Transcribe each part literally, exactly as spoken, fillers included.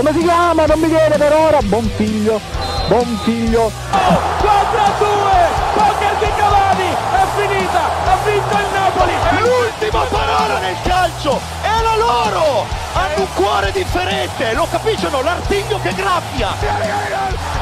come si chiama? Non mi viene per ora. Buon figlio, buon figlio. Oh, quattro a due, poker di Cavani, è finita, ha vinto il Napoli. L'ultima parola nel calcio è la loro. Hanno un cuore differente, lo capiscono, l'artiglio che graffia.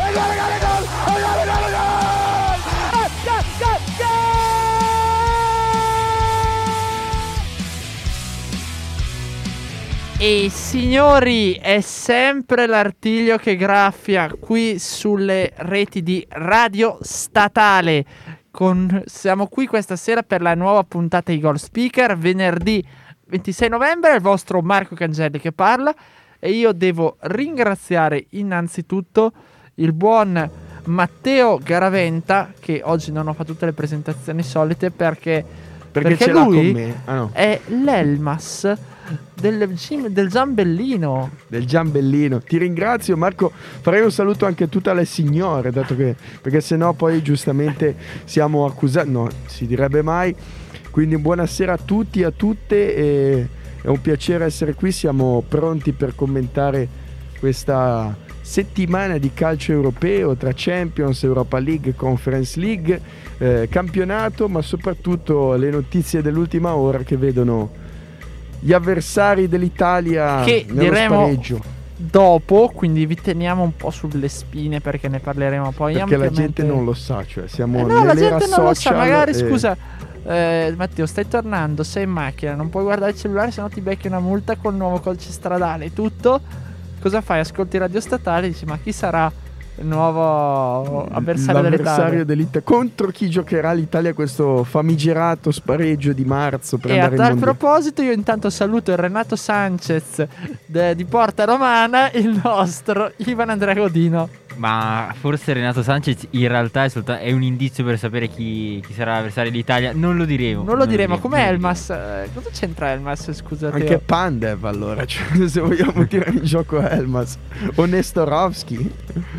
E signori, è sempre l'artiglio che graffia qui sulle reti di Radio Statale. Con... Siamo qui questa sera per la nuova puntata di Goal Speaker, venerdì ventisei novembre, il vostro Marco Cangelli che parla e io devo ringraziare innanzitutto il buon Matteo Garaventa, che oggi non ho fatto tutte le presentazioni solite perché, perché, perché ce lui l'ha con me. Ah, no. è l'Elmas del, del Giambellino. Del Giambellino. Ti ringrazio Marco, farei un saluto anche a tutte le signore, dato che, perché sennò poi giustamente siamo accusati, no, si direbbe mai. Quindi buonasera a tutti e a tutte, e è un piacere essere qui, siamo pronti per commentare questa settimana di calcio europeo tra Champions, Europa League, Conference League, eh, campionato, ma soprattutto le notizie dell'ultima ora che vedono gli avversari dell'Italia che nello diremo spareggio. Dopo, quindi vi teniamo un po' sulle spine perché ne parleremo poi perché ampiamente. la gente non lo sa, cioè siamo eh no, la nell'era gente non lo sa, social magari e... scusa eh, Matteo, stai tornando, sei in macchina, non puoi guardare il cellulare, sennò ti becchi una multa col nuovo codice stradale e tutto. Cosa fai? Ascolti Radio Statale e dici ma chi sarà il nuovo avversario dell'Italia? L'avversario dell'Italia. Contro chi giocherà l'Italia questo famigerato spareggio di marzo per e andare a in tal mondiale. proposito io intanto saluto il Renato Sanchez de, di Porta Romana, il nostro Ivan Andrea Godino. Ma forse Renato Sanchez in realtà è, soltanto, è un indizio per sapere chi, chi sarà l'avversario dell'Italia. Non lo diremo. Non lo diremo. Come non Elmas? Eh, cosa c'entra Elmas? Scusate. Anche Pandev allora, cioè, se vogliamo tirare in gioco Elmas o Nestorovski.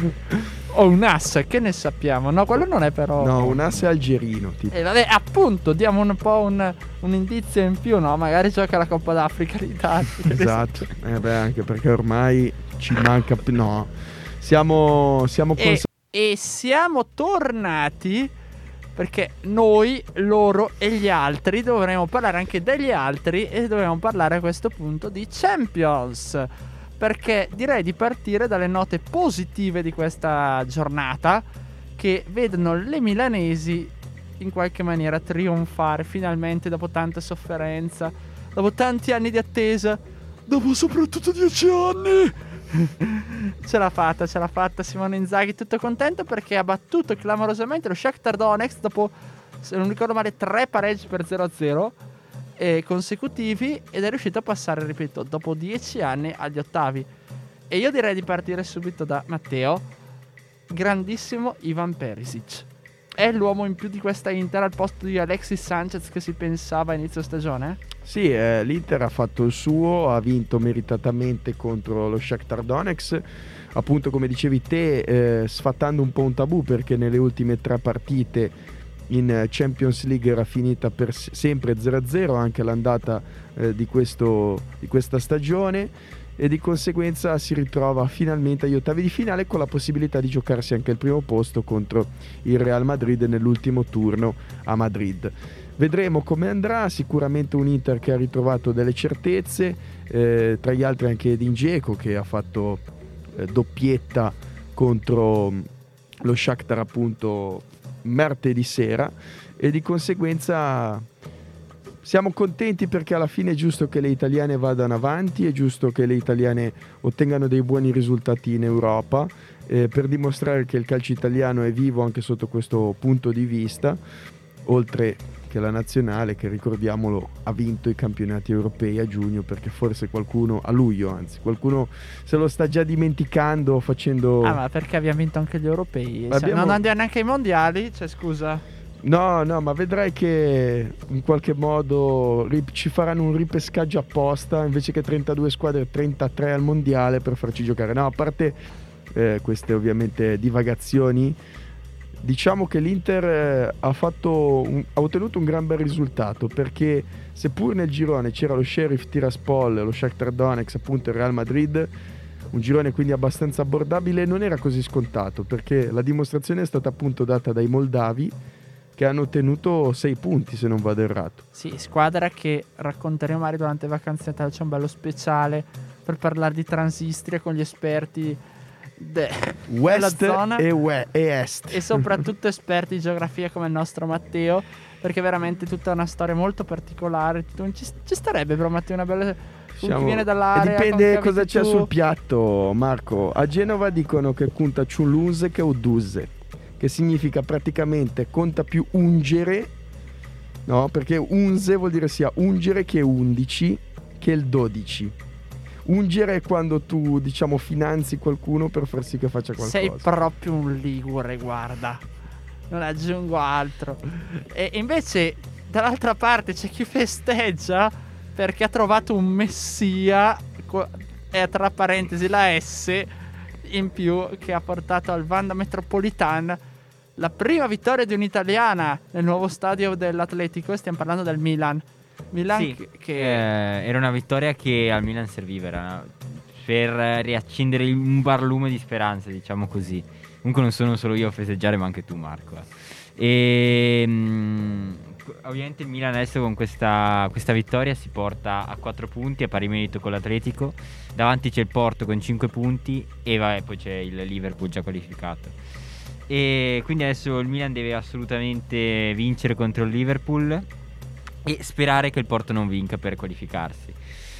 O un ass, che ne sappiamo? No, quello non è però. No, un asse algerino tipo. E vabbè, appunto, diamo un po' un, un indizio in più, no? Magari gioca la Coppa d'Africa l'Italia. Esatto. Eh beh, anche perché ormai ci manca. No. Siamo, siamo e, cons- e siamo tornati perché noi, loro e gli altri dovremo parlare anche degli altri e dovremo parlare a questo punto di Champions, perché direi di partire dalle note positive di questa giornata che vedono le milanesi in qualche maniera trionfare finalmente dopo tanta sofferenza, dopo tanti anni di attesa, dopo soprattutto dieci anni. Ce l'ha fatta, ce l'ha fatta Simone Inzaghi, tutto contento perché ha battuto clamorosamente lo Shakhtar Donetsk dopo, se non ricordo male, tre pareggi per zero a zero eh, consecutivi ed è riuscito a passare, ripeto, dopo dieci anni agli ottavi. E io direi di partire subito da Matteo. Grandissimo Ivan Perisic. È l'uomo in più di questa Inter al posto di Alexis Sanchez che si pensava a inizio stagione? Sì, eh, l'Inter ha fatto il suo, ha vinto meritatamente contro lo Shakhtar Donetsk, appunto come dicevi te, eh, sfatando un po' un tabù perché nelle ultime tre partite in Champions League era finita per sempre zero a zero anche l'andata eh, di, questo, di questa stagione, e di conseguenza si ritrova finalmente agli ottavi di finale con la possibilità di giocarsi anche il primo posto contro il Real Madrid nell'ultimo turno a Madrid. Vedremo come andrà, sicuramente un Inter che ha ritrovato delle certezze, eh, tra gli altri anche Edin Dzeko che ha fatto eh, doppietta contro lo Shakhtar appunto martedì sera, e di conseguenza siamo contenti perché alla fine è giusto che le italiane vadano avanti, è giusto che le italiane ottengano dei buoni risultati in Europa eh, per dimostrare che il calcio italiano è vivo anche sotto questo punto di vista, oltre che la nazionale che, ricordiamolo, ha vinto i campionati europei a giugno, perché forse qualcuno, a luglio anzi, qualcuno se lo sta già dimenticando facendo... Ah, ma perché abbiamo vinto anche gli europei? Abbiamo... Cioè, non andiamo neanche ai mondiali? Cioè, scusa... No, no, ma vedrai che in qualche modo rip- ci faranno un ripescaggio apposta, invece che trentadue squadre, trentatré al mondiale per farci giocare. No, a parte eh, queste ovviamente divagazioni, diciamo che l'Inter eh, ha, fatto un, ha ottenuto un gran bel risultato, perché seppur nel girone c'era lo Sheriff Tiraspol, lo Shakhtar Donetsk, appunto il Real Madrid, un girone quindi abbastanza abbordabile. Non era così scontato, perché la dimostrazione è stata appunto data dai moldavi, che hanno ottenuto sei punti se non vado errato. Sì, squadra che racconteremo magari durante le vacanze di Natale. C'è un bello speciale per parlare di Transistria con gli esperti de- della West zona e, we- e est. e soprattutto esperti di geografia come il nostro Matteo, perché è veramente tutta una storia molto particolare. Tu- Ci, ci starebbe però Matteo una bella... Diciamo, chi viene dall'area, dipende con cosa abiti c'è tu. sul piatto, Marco. A Genova dicono che conta ciuluse che uduse, che significa praticamente conta più ungere, no? Perché unze vuol dire sia ungere che undici che il dodici. Ungere è quando tu, diciamo, finanzi qualcuno per far sì che faccia qualcosa. Sei proprio un ligure, guarda. Non aggiungo altro. E invece dall'altra parte c'è chi festeggia perché ha trovato un messia, co- e tra parentesi la S in più, che ha portato al Wanda Metropolitan la prima vittoria di un'italiana nel nuovo stadio dell'Atletico. Stiamo parlando del Milan. Milan Sì, che, che eh, era una vittoria che al Milan serviva, era per eh, riaccendere un barlume di speranza, diciamo così. Comunque non sono solo io a festeggiare, ma anche tu, Marco. eh. E mh, ovviamente il Milan adesso con questa, questa vittoria si porta a quattro punti, a pari merito con l'Atletico. Davanti c'è il Porto con cinque punti e vabbè, poi c'è il Liverpool già qualificato. E quindi adesso il Milan deve assolutamente vincere contro il Liverpool e sperare che il Porto non vinca per qualificarsi.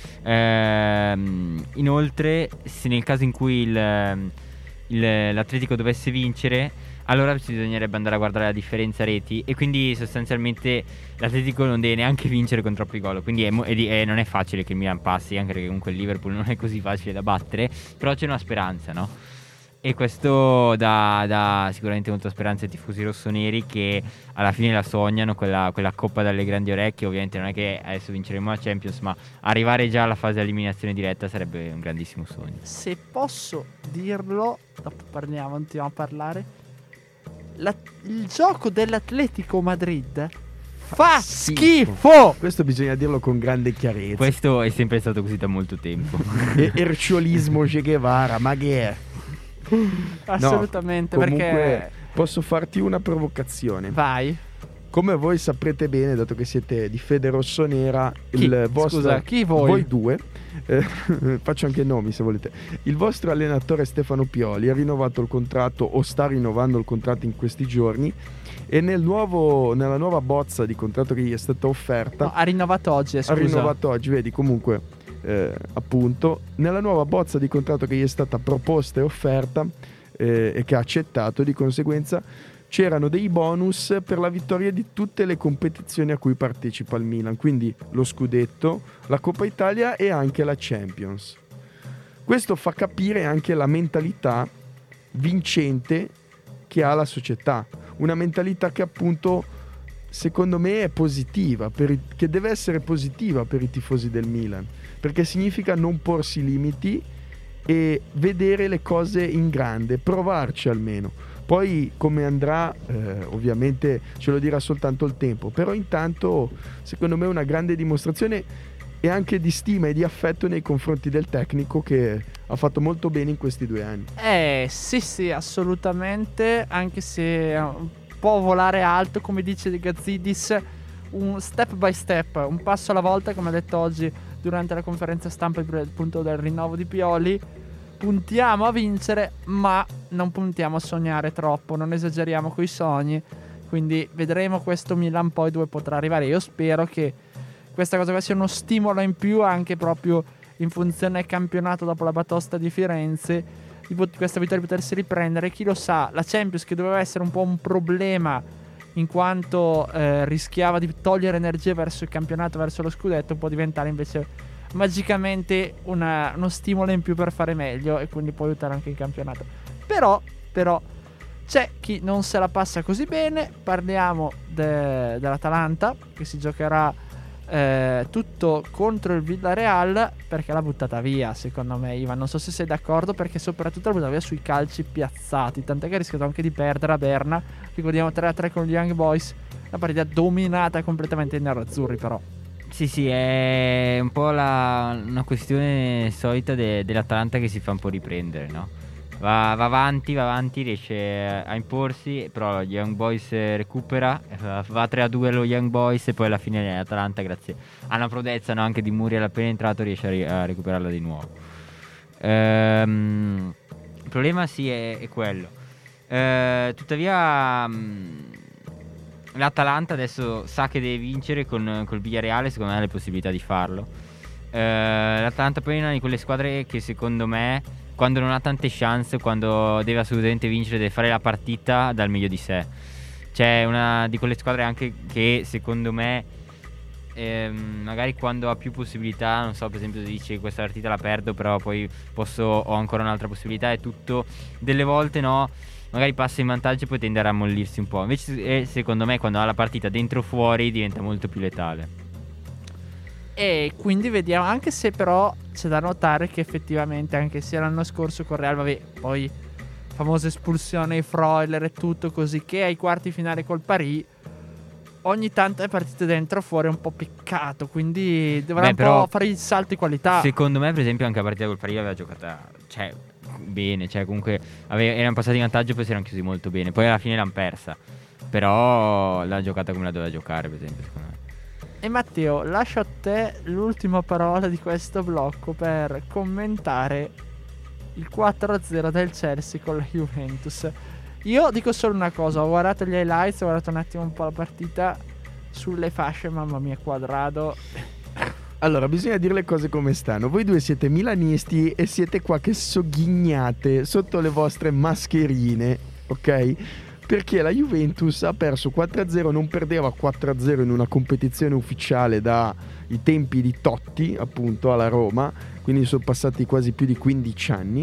Ehm, inoltre, se nel caso in cui il, il, l'Atletico dovesse vincere, allora bisognerebbe andare a guardare la differenza reti, e quindi sostanzialmente l'Atletico non deve neanche vincere con troppi gol. Quindi è, mo- è, è, non è facile che il Milan passi, anche perché comunque il Liverpool non è così facile da battere, però c'è una speranza, no? E questo dà, dà sicuramente molta speranza ai tifosi rossoneri, che alla fine la sognano, quella, quella coppa dalle grandi orecchie. Ovviamente non è che adesso vinceremo la Champions, ma arrivare già alla fase di eliminazione diretta sarebbe un grandissimo sogno. se posso dirlo, dopo parliamo, continuiamo a parlare. La- il gioco dell'Atletico Madrid fa schifo. Questo bisogna dirlo con grande chiarezza. Questo è sempre stato così da molto tempo. E- Erciolismo Che Guevara, ma che è? Assolutamente, No, comunque perché posso farti una provocazione. vai. Come voi saprete bene, dato che siete di fede rossonera, Chi? il vostro Scusa, chi voi? Voi due, eh, faccio anche nomi se volete. Il vostro allenatore Stefano Pioli ha rinnovato il contratto, o sta rinnovando il contratto in questi giorni, e nel nuovo, nella nuova bozza di contratto che gli è stata offerta, No, ha rinnovato oggi, eh, ha scusa. rinnovato oggi, vedi, comunque eh, appunto nella nuova bozza di contratto che gli è stata proposta e offerta, eh, e che ha accettato, di conseguenza c'erano dei bonus per la vittoria di tutte le competizioni a cui partecipa il Milan, quindi lo scudetto, la Coppa Italia e anche la Champions. Questo fa capire anche la mentalità vincente che ha la società, una mentalità che appunto secondo me è positiva, per i- che deve essere positiva per i tifosi del Milan, perché significa non porsi limiti e vedere le cose in grande, provarci almeno. Poi come andrà, eh, ovviamente ce lo dirà soltanto il tempo, però intanto secondo me è una grande dimostrazione e anche di stima e di affetto nei confronti del tecnico, che ha fatto molto bene in questi due anni. Eh sì sì, assolutamente, anche se eh, può volare alto, come dice De Gazzidis, un step by step, un passo alla volta, come ha detto oggi durante la conferenza stampa appunto del rinnovo di Pioli. Puntiamo a vincere, ma non puntiamo a sognare troppo, non esageriamo coi sogni, quindi vedremo questo Milan poi dove potrà arrivare. Io spero che questa cosa sia uno stimolo in più, anche proprio in funzione del campionato dopo la batosta di Firenze, di pot- questa vittoria di potersi riprendere. Chi lo sa, la Champions, che doveva essere un po' un problema in quanto eh, rischiava di togliere energie verso il campionato, verso lo scudetto, può diventare invece magicamente una- uno stimolo in più per fare meglio, e quindi può aiutare anche il campionato. Però, però c'è chi non se la passa così bene. Parliamo de- dell'Atalanta, che si giocherà eh, tutto contro il Villarreal, perché l'ha buttata via, secondo me, Ivan. Non so se sei d'accordo, perché soprattutto l'ha buttata via sui calci piazzati, tant'è che ha rischiato anche di perdere a Berna. Ricordiamo tre a tre con gli Young Boys, una partita dominata completamente dai nerazzurri, però Sì, sì, è un po' la, una questione solita de- dell'Atalanta che si fa un po' riprendere, no? Va, va avanti, va avanti, riesce a imporsi, però gli Young Boys recupera, va- va tre a due lo Young Boys e poi alla fine l'Atalanta, grazie a una prodezza, no, anche di Muriel appena entrato, riesce a, ri- a recuperarla di nuovo. Ehm, il problema sì è, è quello. Eh, tuttavia mh, l'Atalanta adesso sa che deve vincere con col Villarreal, secondo me ha le possibilità di farlo. Eh, L'Atalanta poi è una di quelle squadre che secondo me, quando non ha tante chance, quando deve assolutamente vincere, deve fare la partita dal meglio di sé. C'è una di quelle squadre anche che secondo me ehm, magari quando ha più possibilità, non so, per esempio dice questa partita la perdo però poi posso, ho ancora un'altra possibilità e tutto, delle volte no, magari passa in vantaggio e poi tende a rammollirsi un po'. Invece eh, secondo me quando ha la partita dentro o fuori diventa molto più letale. E quindi vediamo, anche se però c'è da notare che effettivamente anche sia l'anno scorso con Real, vabbè, poi famosa espulsione ai Freuler e tutto, così che ai quarti finale col Paris ogni tanto le partite dentro o fuori è un po' peccato, quindi dovrà Beh, un però po' fare il salto di qualità. Secondo me per esempio anche la partita col Paris aveva giocata, cioè, bene, cioè comunque ave- erano passati in vantaggio e poi si erano chiusi molto bene, poi alla fine l'hanno persa, però l'ha giocata come la doveva giocare, per esempio, secondo me. E Matteo, lascio a te l'ultima parola di questo blocco per commentare il quattro a zero del Chelsea con la Juventus. Io dico solo una cosa, ho guardato gli highlights, ho guardato un attimo un po' la partita sulle fasce, mamma mia, Quadrado. Allora, bisogna dire le cose come stanno. Voi due siete milanisti e siete qua che sogghignate sotto le vostre mascherine, ok? Perché la Juventus ha perso quattro a zero, non perdeva quattro a zero in una competizione ufficiale dai tempi di Totti, appunto, alla Roma, quindi sono passati quasi più di quindici anni.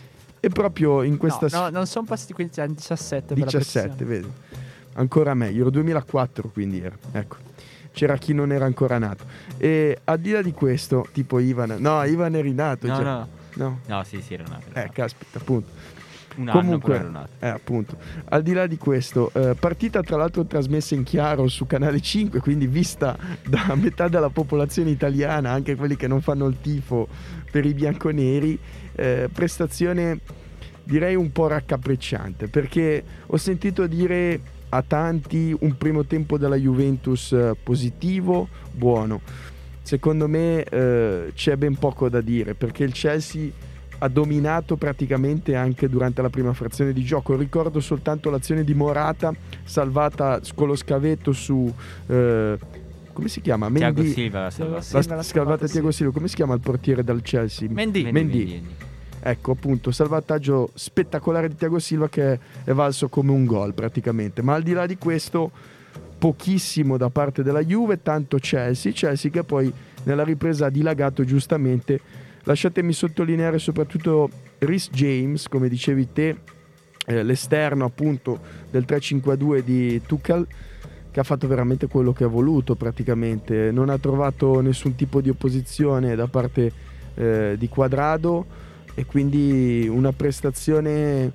E proprio in questa... No, no non sono passati quindici anni, diciassette. diciassette, vedi. Ancora meglio, ero duemilaquattro, quindi era, ecco. C'era chi non era ancora nato. E al di là di questo, tipo Ivan... No, Ivan è rinato. No, già. no. No? No, sì, sì, era nato. Eh, caspita, appunto. Un anno Comunque, però era nato. eh, appunto, al di là di questo, eh, partita tra l'altro trasmessa in chiaro su Canale cinque, quindi vista da metà della popolazione italiana, anche quelli che non fanno il tifo per i bianconeri, eh, prestazione direi un po' raccapricciante, perché ho sentito dire a tanti un primo tempo della Juventus eh, positivo, buono. Secondo me eh, c'è ben poco da dire, perché il Chelsea ha dominato praticamente anche durante la prima frazione di gioco. Ricordo soltanto l'azione di Morata salvata con lo scavetto su eh, come si chiama? Thiago Mendy. Silva la salva. La Silva l'ha scalvata salvata, Thiago sì. Silva. Come si chiama il portiere del Chelsea? Mendy. Mendy, Mendy. Mendy. Ecco, appunto, salvataggio spettacolare di Thiago Silva che è valso come un gol praticamente. Ma al di là di questo, pochissimo da parte della Juve, tanto Chelsea, Chelsea che poi nella ripresa ha dilagato giustamente. Lasciatemi sottolineare soprattutto Reece James, come dicevi te, eh, l'esterno appunto del tre cinque due di Tuchel, che ha fatto veramente quello che ha voluto praticamente. Non ha trovato nessun tipo di opposizione da parte eh, di Quadrado e quindi una prestazione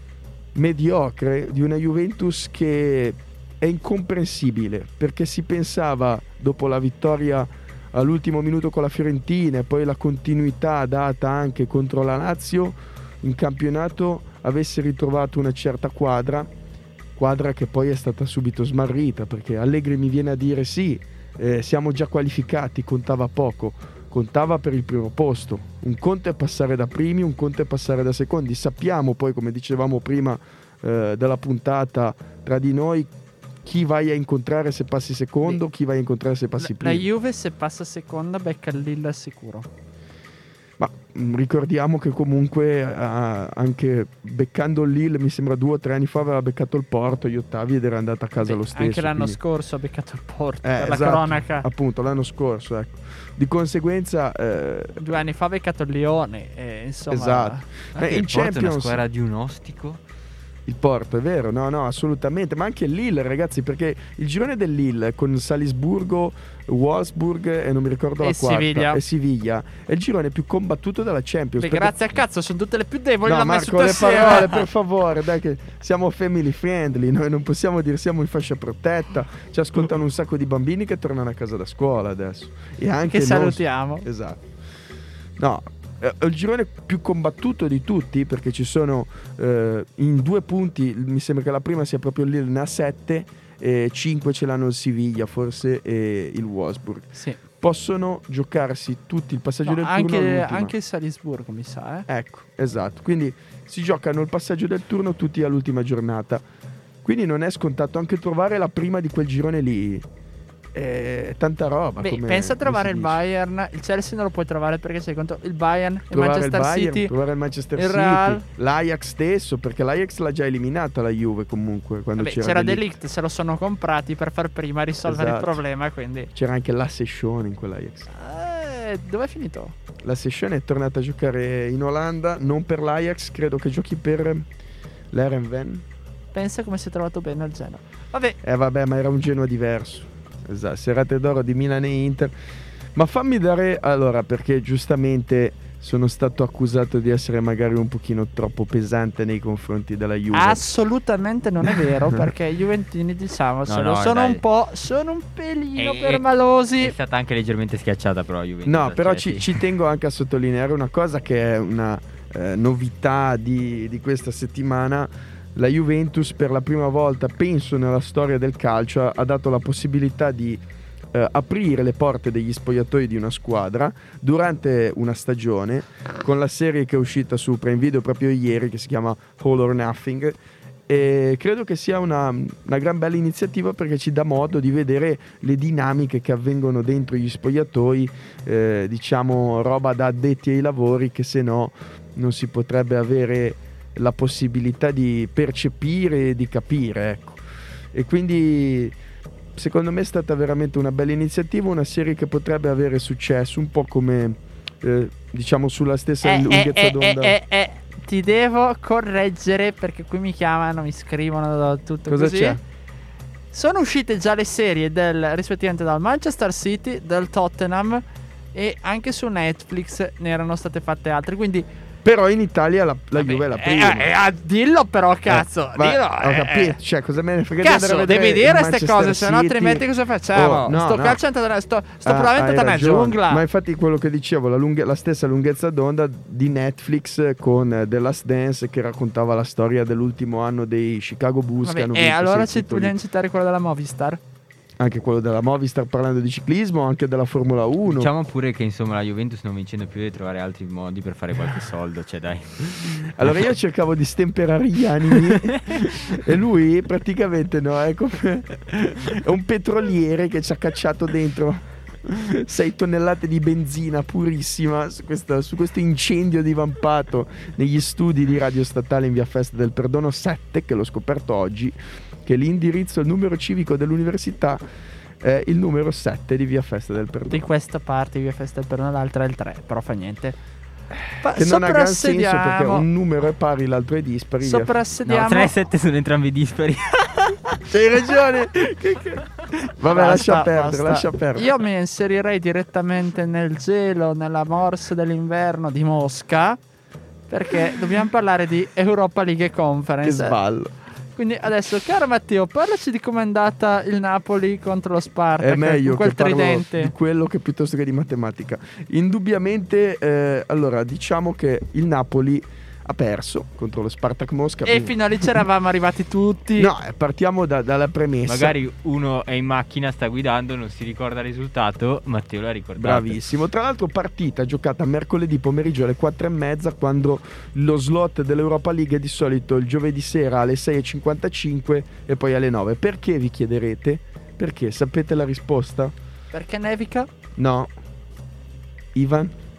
mediocre di una Juventus che è incomprensibile, perché si pensava dopo la vittoria all'ultimo minuto con la Fiorentina e poi la continuità data anche contro la Lazio in campionato avesse ritrovato una certa quadra quadra che poi è stata subito smarrita, perché Allegri mi viene a dire sì, eh, siamo già qualificati, contava poco, contava per il primo posto. Un conto è passare da primi, un conto è passare da secondi. Sappiamo poi, come dicevamo prima eh, della puntata tra di noi, chi vai a incontrare se passi secondo, chi vai a incontrare se passi La, primo. la Juve se passa seconda becca il Lille sicuro. Ma mh, ricordiamo che comunque eh, anche beccando il Lille, mi sembra due o tre anni fa aveva beccato il Porto agli ottavi ed era andata a casa Beh, lo stesso. anche l'anno quindi... scorso ha beccato il Porto, Eh, per la esatto, cronaca. appunto l'anno scorso, ecco. Di conseguenza eh, Due anni fa ha beccato il Lione, e, insomma. esatto. Anche Eh, in il Porto è una Champions squadra di un ostico. Il Porto, è vero, no, no, assolutamente, ma anche il Lille, ragazzi, perché il girone del Lille con Salisburgo, Wolfsburg e non mi ricordo E la quarta, Siviglia. e Siviglia, è il girone più combattuto della Champions. Beh, perché- grazie a cazzo, sono tutte le più deboli. No, l'ho messo Marco, tutte le assieme. parole, per favore, dai che siamo family friendly, noi non possiamo dire siamo in fascia protetta, ci ascoltano un sacco di bambini che tornano a casa da scuola adesso. E anche Che non- salutiamo. Esatto. No, è il girone più combattuto di tutti perché ci sono eh, in due punti, mi sembra che la prima sia proprio Lille, ne ha sette, e cinque ce l'hanno il Siviglia forse e il Wolfsburg. Sì. Possono giocarsi tutti il passaggio No, del turno anche, all'ultima. anche il Salisburgo, mi sa, eh. Ecco, esatto. Quindi si giocano il passaggio del turno tutti all'ultima giornata. Quindi non è scontato anche trovare la prima di quel girone lì. È tanta roba. Beh, come- pensa a come trovare si il dice. Bayern. Il Chelsea non lo puoi trovare perché sei contro il Bayern, il Trovare Manchester il Bayern, City. trovare il Manchester il City, Real. l'Ajax stesso, perché l'Ajax l'ha già eliminata la Juve comunque quando Vabbè, c'era, c'era De De Ligt. Ligt, se lo sono comprati per far prima risolvere Esatto. il problema, quindi C'era anche la Session in quell'Ajax. eh, dove è finito? La Session è tornata a giocare in Olanda, non per l'Ajax, credo che giochi per l'Erenven. Pensa come si è trovato bene al Genoa. Vabbè, Eh vabbè, ma era un Genoa diverso. Esatto, serate d'oro di Milan e Inter. Ma fammi dare, allora, perché giustamente sono stato accusato di essere magari un pochino troppo pesante nei confronti della Juve. assolutamente non è vero perché i Juventini, diciamocelo, no, sono dai. un po', sono un pelino E- permalosi. È stata anche leggermente schiacciata però la Juventus. No, però cioè, ci, sì. ci tengo anche a sottolineare una cosa che è una eh, novità di, di questa settimana. La Juventus per la prima volta, penso nella storia del calcio, ha dato la possibilità di eh, aprire le porte degli spogliatoi di una squadra durante una stagione con la serie che è uscita su Prime Video proprio ieri, che si chiama All or Nothing. E credo che sia una, una gran bella iniziativa perché ci dà modo di vedere le dinamiche che avvengono dentro gli spogliatoi, eh, diciamo roba da addetti ai lavori che se no non si potrebbe avere la possibilità di percepire e di capire, ecco. E quindi secondo me è stata veramente una bella iniziativa, una serie che potrebbe avere successo un po' come eh, diciamo sulla stessa Eh, lunghezza eh, eh, d'onda. eh, eh, eh, ti devo correggere perché qui mi chiamano, mi scrivono da tutto Cosa così. c'è? Sono uscite già le serie del, rispettivamente dal Manchester City, del Tottenham e anche su Netflix ne erano state fatte altre, quindi Però in Italia la, la vabbè, Juve è la eh, prima. eh, eh, dillo però cazzo, Eh, va- dillo, ho eh, capito, eh. cioè cosa me ne frega di andare Cazzo, a vedere devi il dire queste Manchester cose, se no City? altrimenti cosa facciamo? Oh, no, sto no. calcio è entrato- sto, sto Ah, probabilmente hai nella ragione. giungla. Ma infatti quello che dicevo, la, lunghe- la stessa lunghezza d'onda di Netflix con eh, The Last Dance che raccontava la storia dell'ultimo anno dei Chicago Bulls. Vabbè, che hanno e vinto allora sei ci titoli. vogliamo citare quello della Movistar? Anche quello della Movistar parlando di ciclismo, anche della Formula uno. Diciamo pure che insomma la Juventus non vincendo più deve trovare altri modi per fare qualche soldo, cioè dai. Allora io cercavo di stemperare gli animi e lui praticamente no, è come è un petroliere che ci ha cacciato dentro sei tonnellate di benzina purissima su, questa- su questo incendio divampato negli studi di Radio Statale in via Festa del Perdono sette, che l'ho scoperto oggi, che l'indirizzo, il numero civico dell'università è il numero sette di via Festa del Di Perdono. questa parte via Festa del Perdono, l'altra è il tre, però fa niente. Pa- Che non ha gran senso perché soprassediamo- un numero è pari, l'altro è dispari. via- No, Soprassediamo. tre e sette sono entrambi dispari. C'hai ragione. Che- che- Vabbè, Basta, lascia perdere, basta. lascia perdere. Io mi inserirei direttamente nel gelo, nella morsa dell'inverno di Mosca, perché dobbiamo parlare di Europa League e Che Conference. sballo. Quindi adesso, caro Matteo, parlaci di com'è andata il Napoli contro lo Spartak. È meglio con quel che parlo tridente. di quello che piuttosto che di matematica. Indubbiamente, eh, allora, diciamo che il Napoli ha perso contro lo Spartak Mosca. E fino a lì c'eravamo arrivati tutti. No, eh, partiamo da- dalla premessa. Magari uno è in macchina, sta guidando, non si ricorda il risultato, Matteo l'ha ricordato. Bravissimo. Tra l'altro partita giocata mercoledì pomeriggio alle quattro e mezza, quando lo slot dell'Europa League è di solito il giovedì sera alle sei e cinquantacinque e poi alle nove. Perché vi chiederete? Perché? Sapete la risposta? Perché nevica? No. Ivan?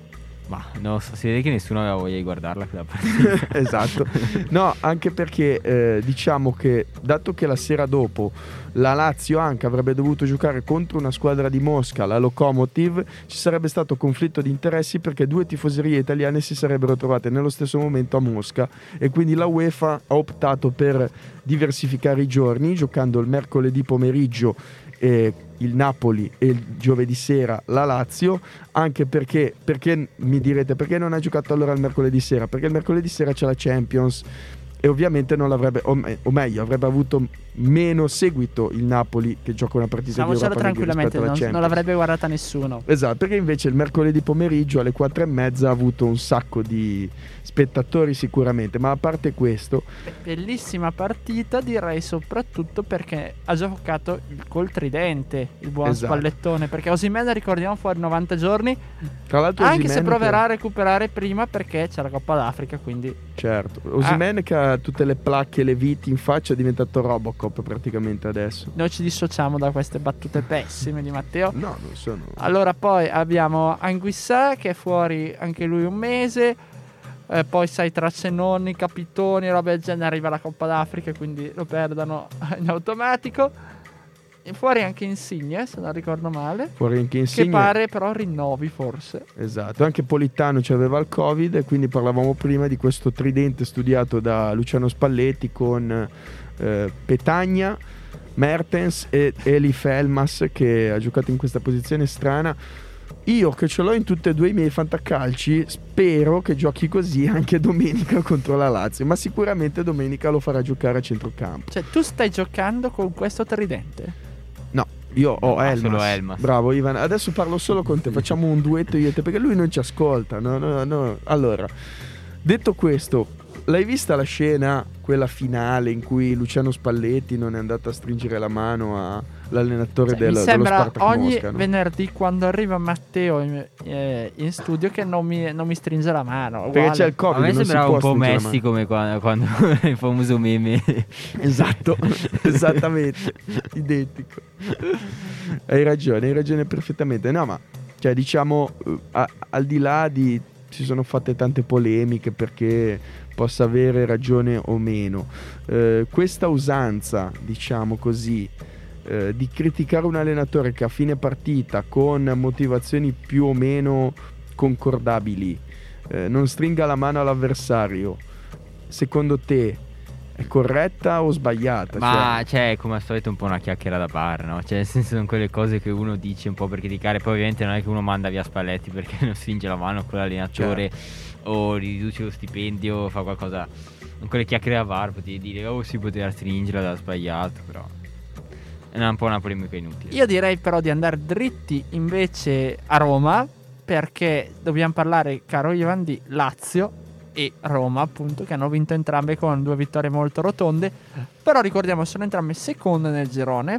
Ma no, si vede che nessuno aveva voglia di guardarla quella partita. Esatto. No, anche perché eh, diciamo che dato che la sera dopo la Lazio anche avrebbe dovuto giocare contro una squadra di Mosca, la Lokomotiv, ci sarebbe stato conflitto di interessi perché due tifoserie italiane si sarebbero trovate nello stesso momento a Mosca e quindi la UEFA ha optato per diversificare i giorni, giocando il mercoledì pomeriggio eh, il Napoli e il giovedì sera la Lazio, anche perché, perché mi direte perché non ha giocato allora il mercoledì sera? Perché il mercoledì sera c'è la Champions e ovviamente non l'avrebbe, o, me, o meglio, avrebbe avuto meno seguito il Napoli che gioca una partita di Europa League tranquillamente, rispetto alla non, Champions. non l'avrebbe guardata nessuno. Esatto, perché invece il mercoledì pomeriggio alle quattro e mezza ha avuto un sacco di spettatori sicuramente, ma a parte questo, bellissima partita, direi, soprattutto perché ha giocato col tridente il buon esatto. Spallettone, perché Osimhen, ricordiamo, fuori novanta giorni, tra l'altro anche se Osimhen proverà che... a recuperare prima perché c'è la Coppa d'Africa, quindi certo, Osimhen ah. che ha tutte le placche e le viti in faccia è diventato Robocop praticamente adesso. Noi ci dissociamo da queste battute pessime di Matteo. No, non sono. Allora poi abbiamo Anguissà che è fuori anche lui un mese. Eh, poi sai, tra Cenoni, Capitoni e roba del genere arriva la Coppa d'Africa, quindi lo perdono in automatico. E fuori anche Insigne, se non ricordo male, Fuori anche Insigne, che pare però rinnovi forse. Esatto, anche Politano c'aveva il Covid e quindi parlavamo prima di questo tridente studiato da Luciano Spalletti con eh, Petagna, Mertens e Elif Elmas, che ha giocato in questa posizione strana. Io che ce l'ho in tutti e due i miei fantacalci, spero che giochi così anche domenica contro la Lazio, ma sicuramente domenica lo farà giocare a centrocampo. Cioè tu stai giocando con questo tridente? No, io ho Ah, Elmas. solo Elmas. Bravo Ivan, adesso parlo solo con te, facciamo un duetto io e te perché lui non ci ascolta. No, no, no. Allora, detto questo, l'hai vista la scena, quella finale in cui Luciano Spalletti non è andato a stringere la mano all'allenatore Cioè, del, mi dello sembra Spartak ogni Mosca, no? venerdì quando arriva Matteo in, eh, in studio che non mi, non mi stringe la mano. Perché uguale. c'è il Covid, A me non si sembrava può un po' stringere la Messi mano. come quando, quando il famoso meme. Esatto, esattamente, identico. Hai ragione, hai ragione perfettamente. No, ma cioè diciamo eh, a, al di là di si sono fatte tante polemiche perché possa avere ragione o meno, eh, questa usanza, diciamo così, eh, di criticare un allenatore che a fine partita con motivazioni più o meno concordabili eh, non stringa la mano all'avversario, secondo te è corretta o sbagliata? Ma cioè, come al solito, un po' una chiacchiera da bar, no? Cioè, nel senso, sono quelle cose che uno dice un po' per criticare. Poi, ovviamente, non è che uno manda via Spalletti perché non stringe la mano con l'allenatore, certo, o riduce lo stipendio, o fa qualcosa. Con quelle chiacchiere da bar potevi dire, oh, si poteva stringere, da sbagliato, però è un po' una polemica inutile. Io direi però di andare dritti invece a Roma, perché dobbiamo parlare, caro Ivan, di Lazio e Roma, appunto, che hanno vinto entrambe con due vittorie molto rotonde. Però ricordiamo, sono entrambe seconde nel girone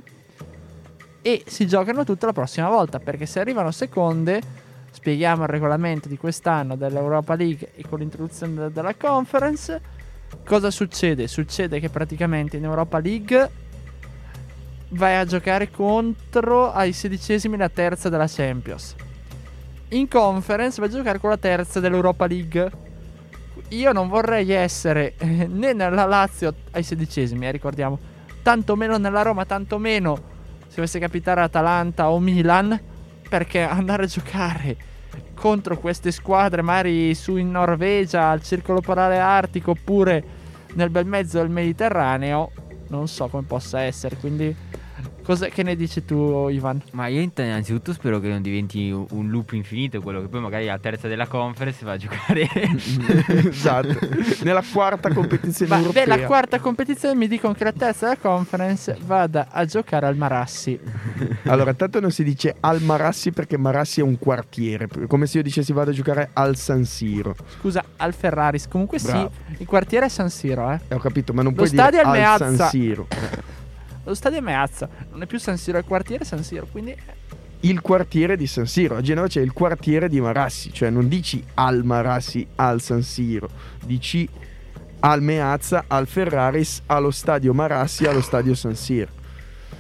e si giocano tutta la prossima volta, perché se arrivano seconde, spieghiamo il regolamento di quest'anno dell'Europa League e con l'introduzione de- della Conference, cosa succede? Succede che praticamente in Europa League vai a giocare contro ai sedicesimi la terza della Champions. In Conference vai a giocare con la terza dell'Europa League. Io non vorrei essere eh, né nella Lazio ai sedicesimi, eh, ricordiamo, tanto meno nella Roma, tanto meno se dovesse capitare Atalanta o Milan, perché andare a giocare contro queste squadre magari su in Norvegia, al circolo polare artico, oppure nel bel mezzo del Mediterraneo, non so come possa essere. Quindi cosa, che ne dici tu, Ivan? Ma io innanzitutto spero che non diventi un- un loop infinito, quello che poi magari alla terza della Conference va a giocare. Esatto, nella quarta competizione Ma europea. beh, la quarta competizione mi dicono che la terza della Conference vada a giocare al Marassi. Allora, tanto non si dice al Marassi perché Marassi è un quartiere, come se io dicessi vado a giocare al San Siro. Scusa, al Ferraris. Comunque Bravo. sì, il quartiere è San Siro, eh. Eh, ho capito, ma non Lo puoi dire stadio è il al Meazza. San Siro. Lo stadio è Meazza, non è più San Siro, è il quartiere San Siro, quindi Il quartiere di San Siro. A Genova c'è il quartiere di Marassi, cioè non dici al Marassi, al San Siro, dici al Meazza, al Ferraris, allo stadio Marassi, allo stadio San Siro.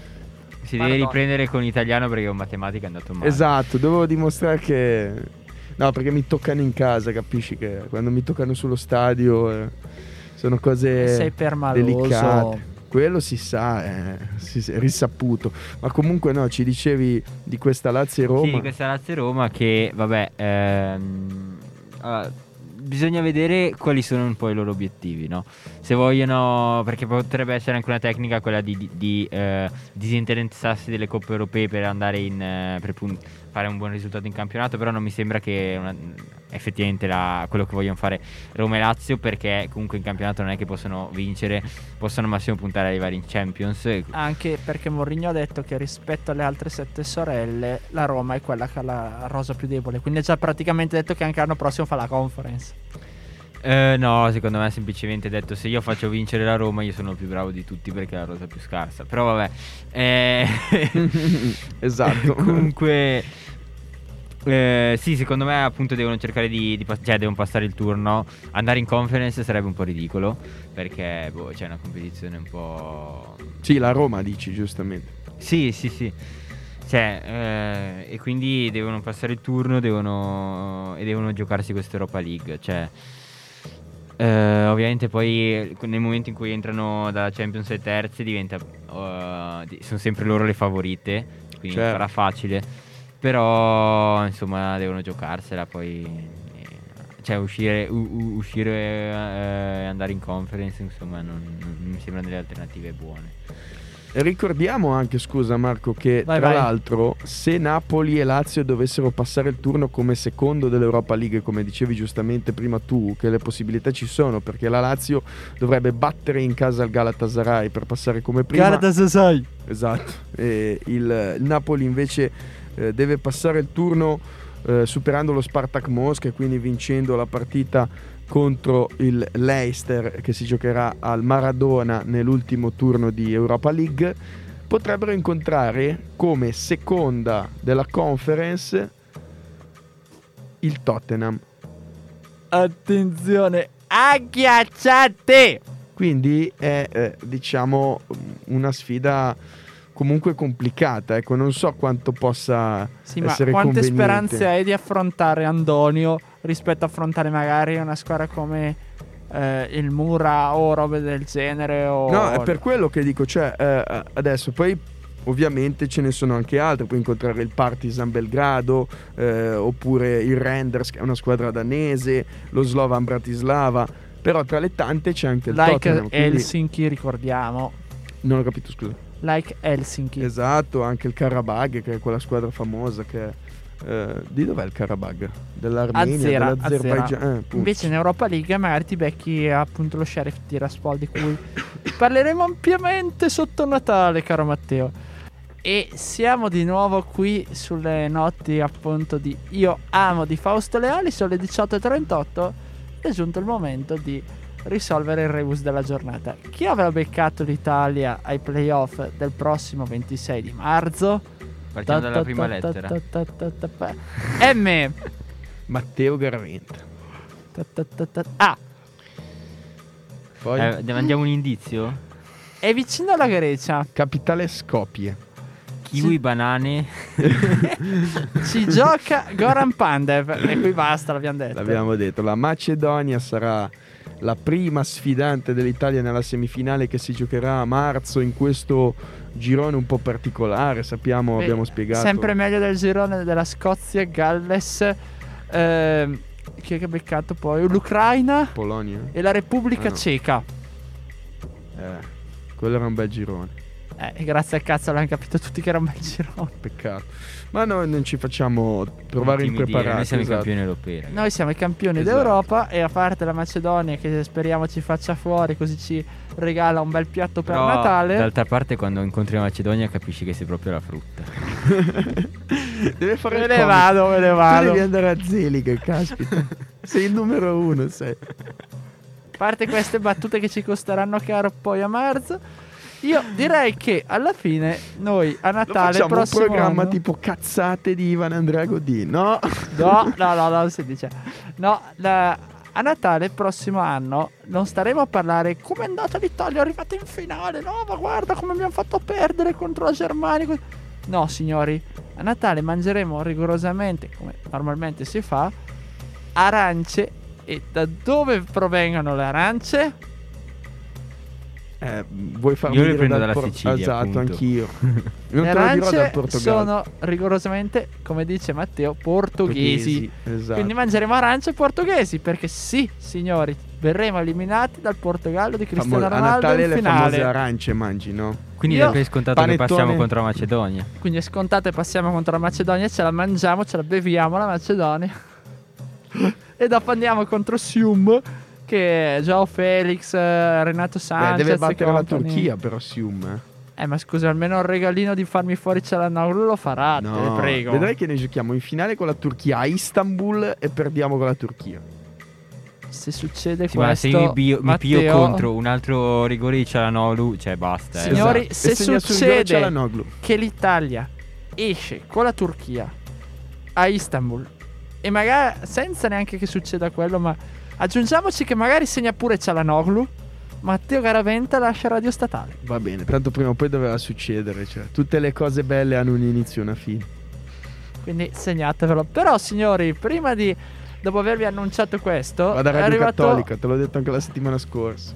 Si deve Pardon. riprendere con italiano perché con matematica è andato male. Esatto, dovevo dimostrare che No, perché mi toccano in casa, capisci che quando mi toccano sullo stadio eh, sono cose Sei permaloso. delicate. Quello si sa, eh, si, è risaputo. Ma comunque no, ci dicevi di questa Lazio e Roma. Sì, questa Lazio e Roma che, vabbè, ehm, allora, bisogna vedere quali sono un po' i loro obiettivi, no? Se vogliono, perché potrebbe essere anche una tecnica quella di, di, di eh, disinteressarsi delle coppe europee per andare in eh, per pun- fare un buon risultato in campionato, però non mi sembra che una, effettivamente la, quello che vogliono fare Roma e Lazio, perché comunque in campionato non è che possono vincere, possono al massimo puntare ad arrivare in Champions. Anche perché Mourinho ha detto che rispetto alle altre sette sorelle la Roma è quella che ha la rosa più debole, quindi ha già praticamente detto che anche l'anno prossimo fa la Conference. Eh, no, secondo me ha semplicemente detto: se io faccio vincere la Roma io sono il più bravo di tutti perché è la rosa più scarsa. Però vabbè, eh... esatto. Comunque eh, sì, secondo me appunto devono cercare di, di pass- cioè devono passare il turno. Andare in Conference sarebbe un po' ridicolo, perché boh, c'è una competizione un po'... Sì, la Roma dici giustamente. Sì, sì, sì. Cioè, eh, e quindi devono passare il turno, devono e devono giocarsi questa Europa League. Cioè, eh, ovviamente poi nel momento in cui entrano dalla Champions ai terzi diventa, uh, di- sono sempre loro le favorite, quindi Certo. sarà facile. Però insomma devono giocarsela poi, eh, cioè uscire, u- u- uscire eh, e andare in Conference, insomma non, non mi sembrano delle alternative buone. Ricordiamo anche, scusa Marco, che Vai, tra vai. l'altro se Napoli e Lazio dovessero passare il turno come secondo dell'Europa League, come dicevi giustamente prima tu, che le possibilità ci sono, perché la Lazio dovrebbe battere in casa il Galatasaray per passare come prima. Galatasaray. Esatto. E il, il Napoli invece eh, deve passare il turno eh, superando lo Spartak Mosca e quindi vincendo la partita contro il Leicester, che si giocherà al Maradona nell'ultimo turno di Europa League. Potrebbero incontrare come seconda della Conference il Tottenham. Attenzione, agghiacciate. Quindi è eh, diciamo una sfida comunque complicata, ecco, non so quanto possa Sì, ma essere quante conveniente. speranze hai di affrontare Andonio rispetto a affrontare magari una squadra come eh, il Mura o robe del genere? O... No, è per quello che dico, cioè eh, adesso poi ovviamente ce ne sono anche altre, puoi incontrare il Partizan Belgrado eh, oppure il Renders, che è una squadra danese, lo Slovan Bratislava, però tra le tante c'è anche il Like Tottenham, quindi... Helsinki, ricordiamo. Non ho capito, scusa. Like Helsinki. Esatto, anche il Karabag, che è quella squadra famosa che eh, di dov'è il Karabag? Dell'Armenia, Azera, dell'Azerbaijan. Azera. Eh, appunto. Invece in Europa League magari ti becchi appunto lo Sheriff Tiraspol, di cui parleremo ampiamente sotto Natale, caro Matteo. E siamo di nuovo qui sulle notti appunto di Io Amo di Fausto Leali. Sono le diciotto e trentotto. È giunto il momento di risolvere il rebus della giornata. Chi avrà beccato l'Italia ai playoff del prossimo ventisei di marzo? Partiamo dalla prima lettera. M. Matteo Garaventa. A. Poi Eh, mandiamo un indizio? È vicino alla Grecia. capitale Skopje. Kiwi, banane. Ci gioca Goran Pandev. E qui basta, l'abbiamo detto. L'abbiamo detto, la Macedonia sarà la prima sfidante dell'Italia nella semifinale che si giocherà a marzo in questo girone un po' particolare, sappiamo, Beh, abbiamo spiegato. Sempre meglio del girone della Scozia, Galles, ehm, chi è che ha beccato poi? L'Ucraina Polonia. e la Repubblica Ah, no. Ceca. Eh, quello era un bel girone, Eh, e grazie al cazzo l'hanno capito tutti che era un bel girone. peccato. Ma noi non ci facciamo trovare Intimidire, impreparati. Noi siamo esatto. i campioni europei, ragazzi. Noi siamo i campioni Esatto. d'Europa e a parte la Macedonia che speriamo ci faccia fuori così ci regala un bel piatto per Però, Natale. d'altra parte, quando incontri la Macedonia capisci che sei proprio la frutta. Deve fare Me il ne comico. vado, me ne Tu vado. devi andare a Zelig, caspita. Sei il numero uno, sei. A parte queste battute che ci costeranno caro poi a marzo, io direi che alla fine noi a Lo Natale facciamo un prossimo programma anno- tipo cazzate di Ivan Andrea Godin, no? No, no, no, non si dice. No, la- a Natale prossimo anno non staremo a parlare come è andata l'Italia, è arrivata in finale. No, ma guarda come abbiamo fatto perdere contro la Germania. No, signori, a Natale mangeremo rigorosamente, come normalmente si fa, arance. E da dove provengono le arance? Eh, vuoi farmi Io le dire prendo dal dalla Por- Sicilia, Esatto, appunto. anch'io. Non Le te lo dirò dal arance Portogallo. sono rigorosamente, come dice Matteo, portoghesi. Esatto. Quindi mangeremo arance portoghesi. Perché sì, signori, verremo eliminati dal Portogallo di Cristiano Famo- a Ronaldo Natale in le famose finale. arance mangi, no? Quindi Io- da per scontato Panettone. che passiamo contro la Macedonia. Quindi è scontato e passiamo contro la Macedonia. Ce la mangiamo, ce la beviamo la Macedonia. E dopo andiamo contro Sium, che è Joao Felix, eh, Renato Beh, Sanchez deve e battere la compagni. Turchia però Sium, eh. Eh ma scusa, almeno il regalino di farmi fuori Çalhanoğlu lo farà, te ne prego. Vedrai che noi giochiamo in finale con la Turchia a Istanbul e perdiamo con la Turchia. Se succede Sì, ma se questo, io mi, bio- mi pio Matteo, contro un altro rigore di Çalhanoğlu, cioè basta. eh. Signori, Esatto. se E segna sul gol succede Çalhanoğlu. che l'Italia esce con la Turchia a Istanbul e magari senza neanche che succeda quello, ma aggiungiamoci che magari segna pure Çalhanoğlu, Matteo Garaventa lascia Radio Statale. Va bene, tanto prima o poi dovrà succedere, cioè tutte le cose belle hanno un inizio e una fine. Quindi segnatevelo. Però signori, prima di dopo avervi annunciato questo, Vado a è Radio arrivato. Cattolica, te l'ho detto anche la settimana scorsa.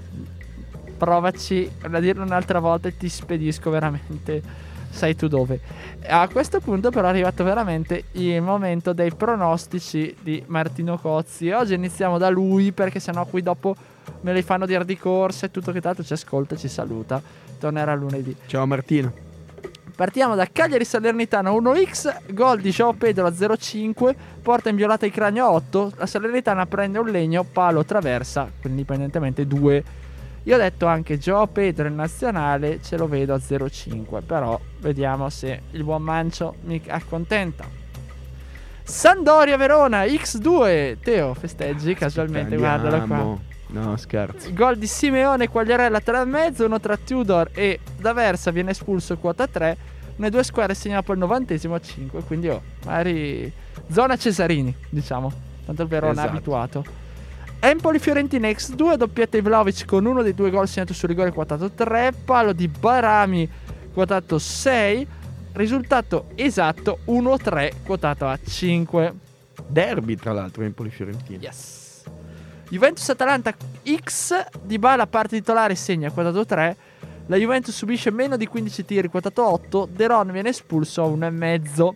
Provaci a dirlo un'altra volta e ti spedisco veramente. Sai tu dove. A questo punto però è arrivato veramente il momento dei pronostici di Martino Cozzi. Oggi iniziamo da lui, perché sennò qui dopo me li fanno dire di corsa e tutto, che tanto ci ascolta e ci saluta. Tornerà lunedì. Ciao Martino. Partiamo da Cagliari Salernitana uno x, gol di João Pedro a zero cinque, porta inviolata di Cragno a otto, la Salernitana prende un legno, palo, traversa, quindi indipendentemente due. Io ho detto anche João Pedro in nazionale, ce lo vedo a zero cinque, però vediamo se il buon Mancio mi accontenta. Sampdoria Verona x due, Teo festeggi casualmente, guardalo qua. Andiamo. No, scherzo. Gol di Simeone, Quagliarella tre e mezzo, uno tra Tudor e D'Aversa, viene espulso quota tre. Le due squadre segnano poi il novantesimo a cinque, quindi oh, magari zona Cesarini, diciamo, tanto il Verona è Esatto. abituato. Empoli Fiorentina x due, doppietta di Vlahovic con uno dei due gol segnato su rigore quotato tre, palo di Barami quotato sei, risultato esatto uno tre quotato a cinque. Derby tra l'altro Empoli Fiorentina. Yes. Juventus Atalanta X, Dybala parte titolare, segna quotato tre. La Juventus subisce meno di quindici tiri, quotato otto. De Ron viene espulso a uno e mezzo.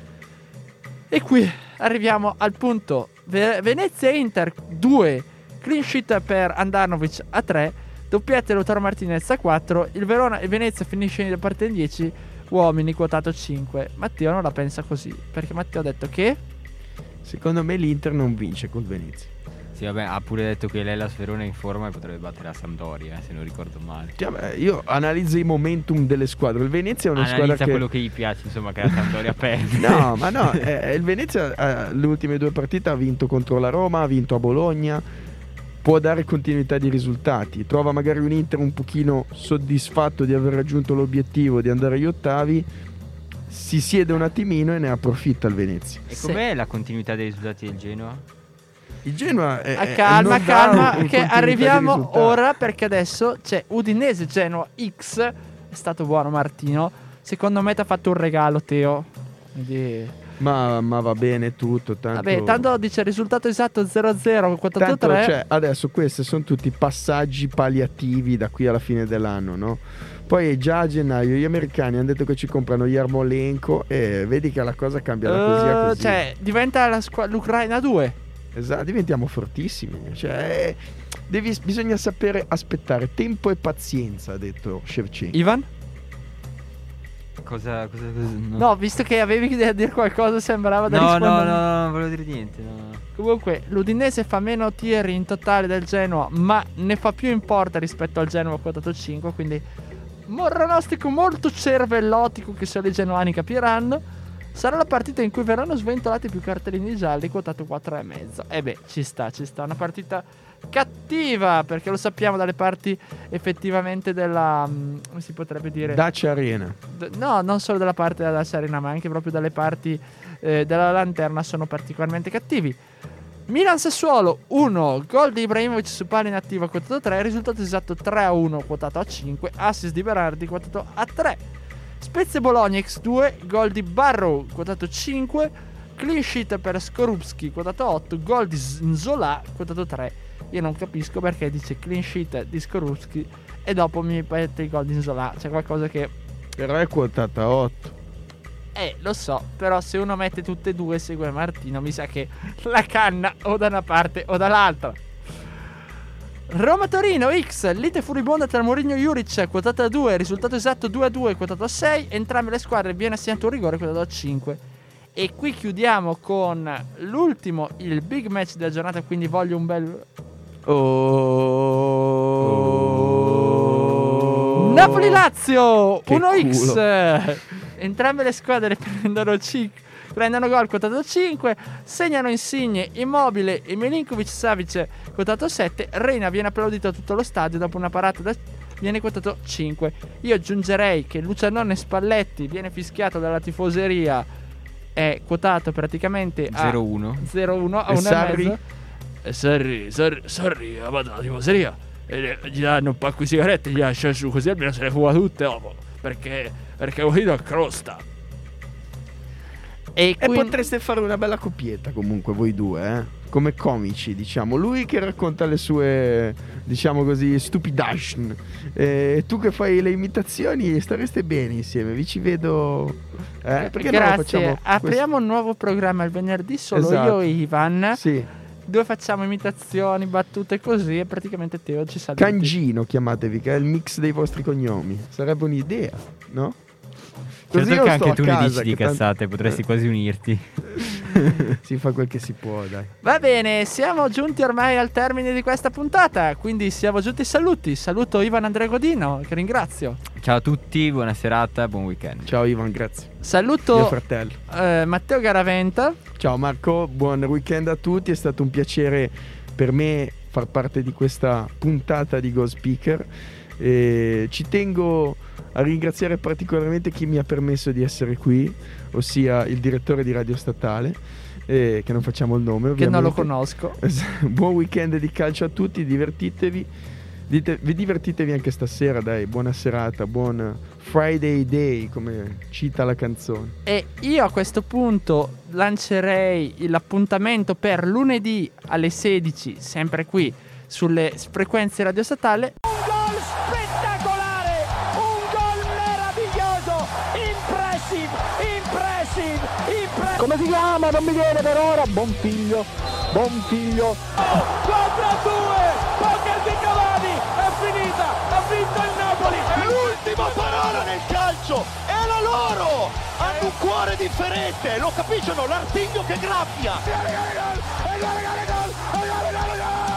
E qui arriviamo al punto Ve- Venezia Inter due, clean sheet per Andanovic a tre, doppietta Lautaro Martinez a quattro. Il Verona e Venezia finisce la partita in dieci uomini, quotato cinque. Matteo non la pensa così, perché Matteo ha detto che Secondo me l'Inter non vince col Venezia. Sì, vabbè, ha pure detto che lei la Sferona è in forma e potrebbe battere la Sampdoria, eh, se non ricordo male. Cioè, beh, io analizzo i momentum delle squadre. Il Venezia è una Analizza squadra che quello che gli piace, insomma, che la Sampdoria perde. No, ma no, eh, il Venezia eh, le ultime due partite ha vinto contro la Roma, ha vinto a Bologna, può dare continuità di risultati. Trova magari un Inter un pochino soddisfatto di aver raggiunto l'obiettivo di andare agli ottavi, si siede un attimino e ne approfitta il Venezia. E Sì. com'è la continuità dei risultati del Genoa? Il Genoa è, a è- calma, non dà calma, un- un che continuità di arriviamo risultati. ora, perché adesso c'è Udinese Genoa X. È stato buono Martino. Secondo me ti ha fatto un regalo Teo. Quindi Ma, ma va bene tutto. Tanto, vabbè, tanto dice il risultato esatto zero a zero, quotato tanto, tre. cioè, adesso questi sono tutti passaggi palliativi da qui alla fine dell'anno, no? Poi già a gennaio gli americani hanno detto che ci comprano Yarmolenko e vedi che la cosa cambia da così a Eh, così. cioè, diventa la squa- l'Ucraina due. Esatto, diventiamo fortissimi. Cioè, devi- bisogna sapere aspettare tempo e pazienza, ha detto Shevchenko. Ivan? Cosa, cosa, cosa no. No, visto che avevi da dire qualcosa, sembrava da no, no, rispondere. no, no, non volevo dire niente. No. Comunque, l'Udinese fa meno tiri in totale del Genoa, ma ne fa più in porta rispetto al Genoa quotato cinque. Quindi, morranostico molto cervellotico, che solo i genuani capiranno. Sarà la partita in cui verranno sventolati più cartellini gialli, quotato quattro e mezzo. E beh, ci sta, ci sta. Una partita cattiva, perché lo sappiamo dalle parti effettivamente della... mm, come si potrebbe dire? Dacia Arena. D- no, non solo dalla parte della Serena, ma anche proprio dalle parti eh, della Lanterna sono particolarmente cattivi. Milan Sassuolo uno, gol di Ibrahimovic su palla inattiva quotato tre, risultato esatto tre a uno quotato a cinque, assist di Berardi quotato a tre. Spezia Bologna X due, gol di Barrow quotato cinque, clean sheet per Skorupski quotato otto, gol di Nzola quotato tre. Io non capisco perché dice clean sheet di Skorupski e dopo mi mette il gol di Nzola. C'è qualcosa che... Però è quotata otto. Eh, lo so, però se uno mette tutte e due segue Martino, mi sa che la canna o da una parte o dall'altra. Roma-Torino X, lite furibonda tra Mourinho e Juric, quotata a due, risultato esatto due a due, quotato a sei, entrambe le squadre viene assegnato un rigore, quotato a cinque. E qui chiudiamo con l'ultimo, il big match della giornata, quindi voglio un bel... Oh. Napoli-Lazio Che uno x. culo. Entrambe le squadre prendono cinque, prendono gol quotato cinque, segnano Insigne, Immobile e Milinkovic-Savic quotato sette. Reina viene applaudito a tutto lo stadio dopo una parata da... viene quotato cinque. Io aggiungerei che Lucianone Spalletti viene fischiato dalla tifoseria, è quotato praticamente a zero uno zero uno a E uno e Sarri? mezzo. E Sarri, Sarri, Sarri ha fatto la tifoseria e gli danno un pacco di sigarette, gli lascia su così almeno se le fuma tutte dopo, perché perché Guido crosta. E, E quindi... potreste fare una bella coppietta comunque voi due, eh? Come comici, diciamo. Lui che racconta le sue, diciamo così, stupidaggini, e tu che fai le imitazioni, stareste bene insieme. Vi ci vedo. Eh? Perché Grazie. no, facciamo Apriamo un nuovo programma il venerdì, solo Esatto. io e Ivan, Sì. dove facciamo imitazioni, battute così, e praticamente Teo ci saluti. Cangino chiamatevi, che è il mix dei vostri cognomi. Sarebbe un'idea, no? Certo io che sto anche a tu ne casa, dici di che tanto- cazzate, potresti quasi unirti. Si fa quel che si può, dai. Va bene, siamo giunti ormai al termine di questa puntata, quindi siamo giunti ai saluti. Saluto Ivan Andrea Godino, che ringrazio. Ciao a tutti, buona serata, buon weekend. Ciao Ivan, grazie. Mio Saluto fratello. eh, Matteo Garaventa. Ciao Marco, buon weekend a tutti. È stato un piacere per me far parte di questa puntata di Go Speaker. E ci tengo a ringraziare particolarmente chi mi ha permesso di essere qui, ossia il direttore di Radio Statale, eh, che non facciamo il nome Che non lo ovviamente. conosco. Buon weekend di calcio a tutti, divertitevi. Dite, vi divertitevi anche stasera, dai, buona serata, buon Friday Day, come cita la canzone. E io a questo punto lancerei l'appuntamento per lunedì alle sedici, sempre qui sulle frequenze Radio Statale. Un gol spettacolare, un gol meraviglioso, impressive, impressive, impressive. Come si chiama? Non mi viene per ora. Buon figlio, buon figlio. quattro a due, poker di Cavani, è finita, ha vinto il Napoli. L'ultima parola nel calcio è la loro! Hanno un cuore differente, lo capiscono? L'artiglio che graffia! E gol, e gol, e gol, e gol, e gol, e gol, e gol.